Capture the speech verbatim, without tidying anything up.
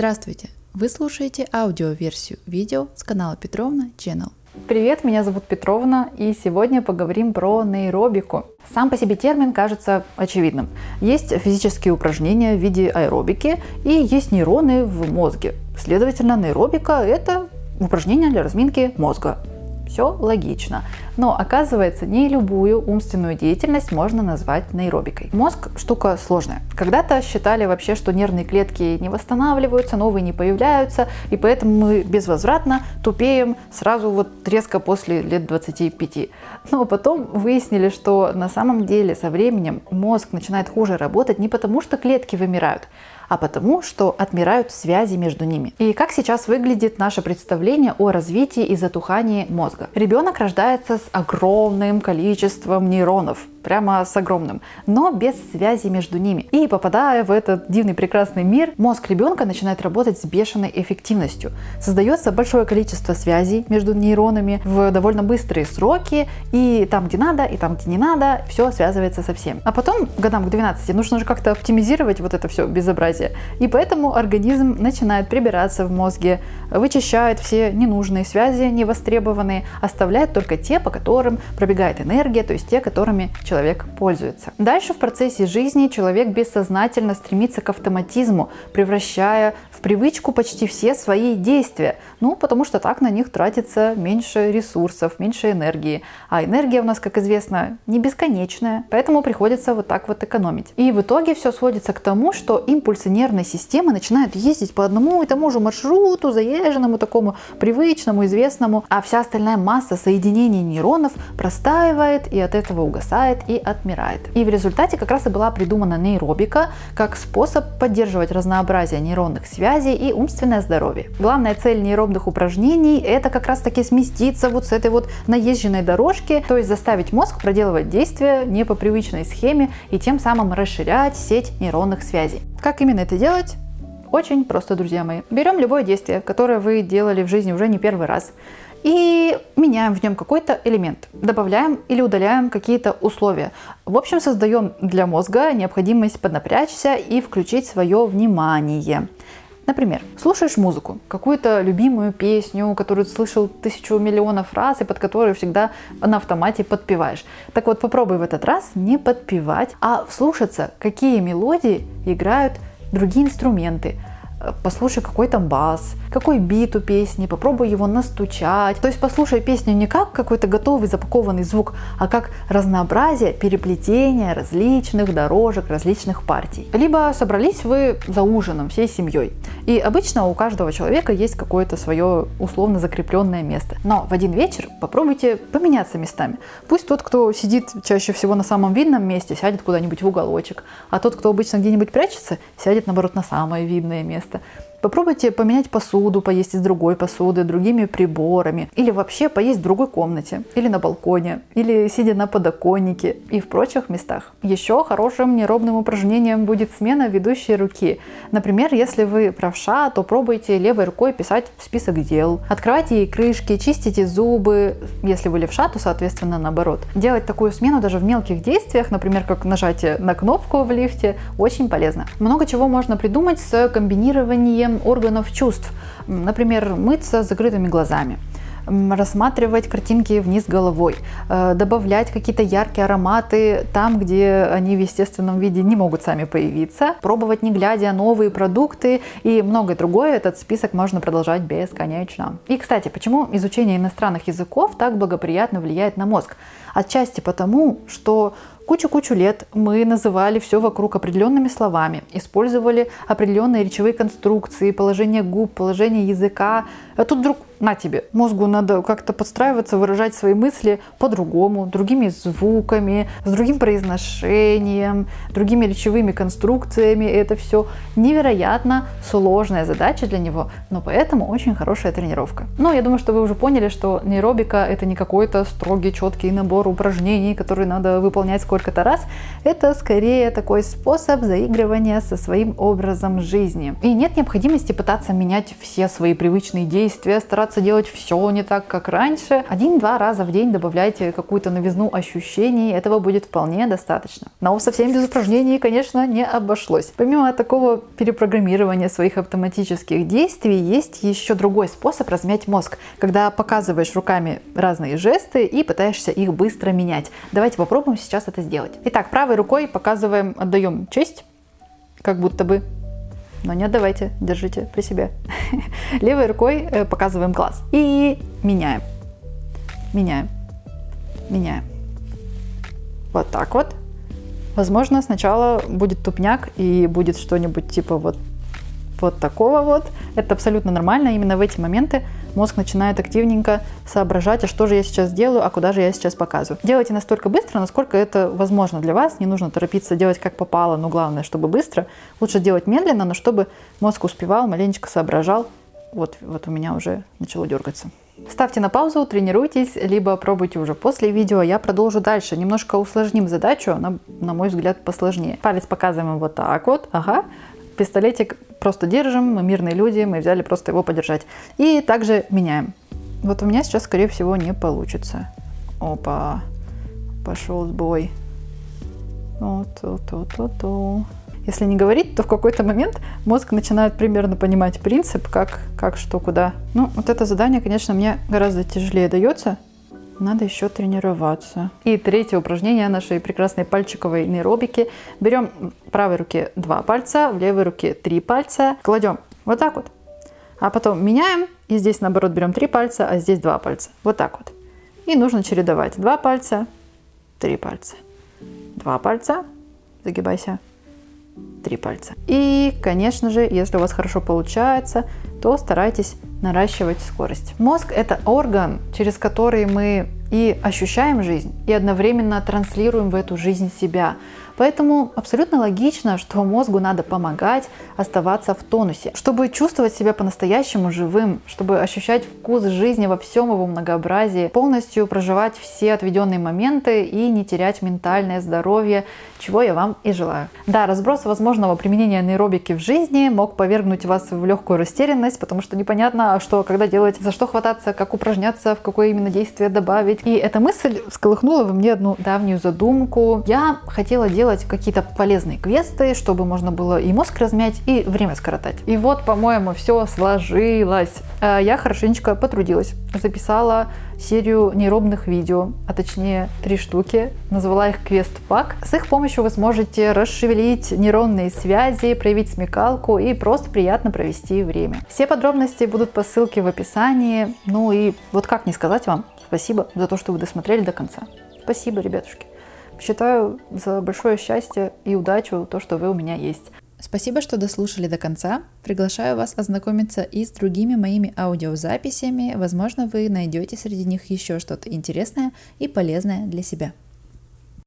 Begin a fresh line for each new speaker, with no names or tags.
Здравствуйте! Вы слушаете аудиоверсию видео с канала Петровна Channel.
Привет, меня зовут Петровна, и сегодня поговорим про нейробику. Сам по себе термин кажется очевидным. Есть физические упражнения в виде аэробики и есть нейроны в мозге. Следовательно, нейробика – это упражнения для разминки мозга. Все логично. Но оказывается, не любую умственную деятельность можно назвать нейробикой. Мозг – штука сложная. Когда-то считали вообще, что нервные клетки не восстанавливаются, новые не появляются, и поэтому мы безвозвратно тупеем сразу вот резко после лет двадцати пяти. Но потом выяснили, что на самом деле со временем мозг начинает хуже работать не потому, что клетки вымирают, а потому, что отмирают связи между ними. И как сейчас выглядит наше представление о развитии и затухании мозга? Ребенок рождается с огромным количеством нейронов, прямо с огромным, но без связи между ними. И попадая в этот дивный прекрасный мир, мозг ребенка начинает работать с бешеной эффективностью. Создается большое количество связей между нейронами в довольно быстрые сроки, и там, где надо, и там, где не надо, все связывается со всем. А потом, годам к двенадцати, нужно же как-то оптимизировать вот это все безобразие. И поэтому организм начинает прибираться в мозге, вычищает все ненужные связи, невостребованные, оставляет только те, по которым пробегает энергия, то есть те, которыми человек пользуется. Дальше в процессе жизни человек бессознательно стремится к автоматизму, превращая в привычку почти все свои действия. Ну, потому что так на них тратится меньше ресурсов, меньше энергии. А энергия у нас, как известно, не бесконечная, поэтому приходится вот так вот экономить. И в итоге все сводится к тому, что импульсы нервной системы начинают ездить по одному и тому же маршруту, заезженному, такому привычному, известному, а вся остальная масса соединений нейронов простаивает и от этого угасает и отмирает. И в результате как раз и была придумана нейробика как способ поддерживать разнообразие нейронных связей и умственное здоровье. Главная цель нейробных упражнений – это как раз таки сместиться вот с этой вот наезженной дорожки, то есть заставить мозг проделывать действия не по привычной схеме и тем самым расширять сеть нейронных связей. Как именно это делать? Очень просто, друзья мои. Берем любое действие, которое вы делали в жизни уже не первый раз, и меняем в нем какой-то элемент, добавляем или удаляем какие-то условия. В общем, создаем для мозга необходимость поднапрячься и включить свое внимание. Например, слушаешь музыку, какую-то любимую песню, которую ты слышал тысячу миллионов раз и под которую всегда на автомате подпеваешь. Так вот, попробуй в этот раз не подпевать, а вслушаться, какие мелодии играют другие инструменты. Послушай, какой там бас, какой бит у песни, попробуй его настучать. То есть послушай песню не как какой-то готовый запакованный звук, а как разнообразие переплетения различных дорожек, различных партий. Либо собрались вы за ужином всей семьей. И обычно у каждого человека есть какое-то свое условно закрепленное место. Но в один вечер попробуйте поменяться местами. Пусть тот, кто сидит чаще всего на самом видном месте, сядет куда-нибудь в уголочек, а тот, кто обычно где-нибудь прячется, сядет наоборот на самое видное место. Попробуйте поменять посуду, поесть из другой посуды, другими приборами, или вообще поесть в другой комнате, или на балконе, или сидя на подоконнике и в прочих местах. Еще хорошим нейробным упражнением будет смена ведущей руки. Например, если вы правша, то пробуйте левой рукой писать список дел, открывайте ей крышки, чистите зубы. Если вы левша, то соответственно наоборот. Делать такую смену даже в мелких действиях, например, как нажатие на кнопку в лифте, очень полезно. Много чего можно придумать с комбинированием органов чувств. Например, мыться с закрытыми глазами, рассматривать картинки вниз головой, добавлять какие-то яркие ароматы там, где они в естественном виде не могут сами появиться, пробовать не глядя новые продукты и многое другое. Этот список можно продолжать бесконечно. И, кстати, почему изучение иностранных языков так благоприятно влияет на мозг? Отчасти потому, что кучу-кучу лет мы называли все вокруг определенными словами, использовали определенные речевые конструкции, положение губ, положение языка. А тут вдруг на тебе, мозгу надо как-то подстраиваться, выражать свои мысли по-другому, другими звуками, с другим произношением, другими речевыми конструкциями. Это все невероятно сложная задача для него, но поэтому очень хорошая тренировка. Но я думаю, что вы уже поняли, что нейробика – это не какой-то строгий, четкий набор упражнений, которые надо выполнять сколько сколько-то раз, это скорее такой способ заигрывания со своим образом жизни. И нет необходимости пытаться менять все свои привычные действия, стараться делать все не так, как раньше. Один-два раза в день добавляйте какую-то новизну ощущений, этого будет вполне достаточно. Но совсем без упражнений, конечно, не обошлось. Помимо такого перепрограммирования своих автоматических действий, есть еще другой способ размять мозг, когда показываешь руками разные жесты и пытаешься их быстро менять. Давайте попробуем сейчас это сделать. Итак, правой рукой показываем, отдаем честь, как будто бы, но не отдавайте, держите при себе. Левой рукой показываем глаз и меняем, меняем, меняем. Вот так вот. Возможно, сначала будет тупняк и будет что-нибудь типа вот, вот такого вот. Это абсолютно нормально. Именно в эти моменты мозг начинает активненько соображать, а что же я сейчас делаю, а куда же я сейчас показываю. Делайте настолько быстро, насколько это возможно для вас. Не нужно торопиться делать как попало, но главное, чтобы быстро. Лучше делать медленно, но чтобы мозг успевал, маленечко соображал. Вот, вот у меня уже начало дергаться. Ставьте на паузу, тренируйтесь, либо пробуйте уже после видео. Я продолжу дальше. Немножко усложним задачу, она, на мой взгляд, посложнее. Палец показываем вот так вот. Ага. Пистолетик просто держим, мы мирные люди, мы взяли просто его подержать. И также меняем. Вот у меня сейчас, скорее всего, не получится. Опа, пошел сбой. Вот, вот, вот, вот, вот. Если не говорить, то в какой-то момент мозг начинает примерно понимать принцип, как, как что, куда. Ну, вот это задание, конечно, мне гораздо тяжелее дается. Надо еще тренироваться. И третье упражнение нашей прекрасной пальчиковой нейробики. Берем в правой руке два пальца, в левой руке три пальца. Кладем вот так вот. А потом меняем. И здесь, наоборот, берем три пальца, а здесь два пальца. Вот так вот. И нужно чередовать. Два пальца, три пальца. Два пальца. Загибайся. Три пальца. И, конечно же, если у вас хорошо получается, то старайтесь наращивать скорость. Мозг – это орган, через который мы и ощущаем жизнь, и одновременно транслируем в эту жизнь себя. Поэтому абсолютно логично, что мозгу надо помогать оставаться в тонусе, чтобы чувствовать себя по-настоящему живым, чтобы ощущать вкус жизни во всем его многообразии, полностью проживать все отведенные моменты и не терять ментальное здоровье, чего я вам и желаю. Да, разброс возможного применения нейробики в жизни мог повергнуть вас в легкую растерянность, потому что непонятно, что, когда делать, за что хвататься, как упражняться, в какое именно действие добавить. И эта мысль всколыхнула во мне одну давнюю задумку. Я хотела делать делать какие-то полезные квесты, чтобы можно было и мозг размять, и время скоротать. И вот, по-моему, все сложилось. Я хорошенечко потрудилась, записала серию нейробных видео, а точнее три штуки, назвала их квест-пак. С их помощью вы сможете расшевелить нейронные связи, проявить смекалку и просто приятно провести время. Все подробности будут по ссылке в описании. Ну и вот как не сказать вам спасибо за то, что вы досмотрели до конца. Спасибо, ребятушки. Считаю за большое счастье и удачу то, что вы у меня есть.
Спасибо, что дослушали до конца. Приглашаю вас ознакомиться и с другими моими аудиозаписями. Возможно, вы найдете среди них еще что-то интересное и полезное для себя.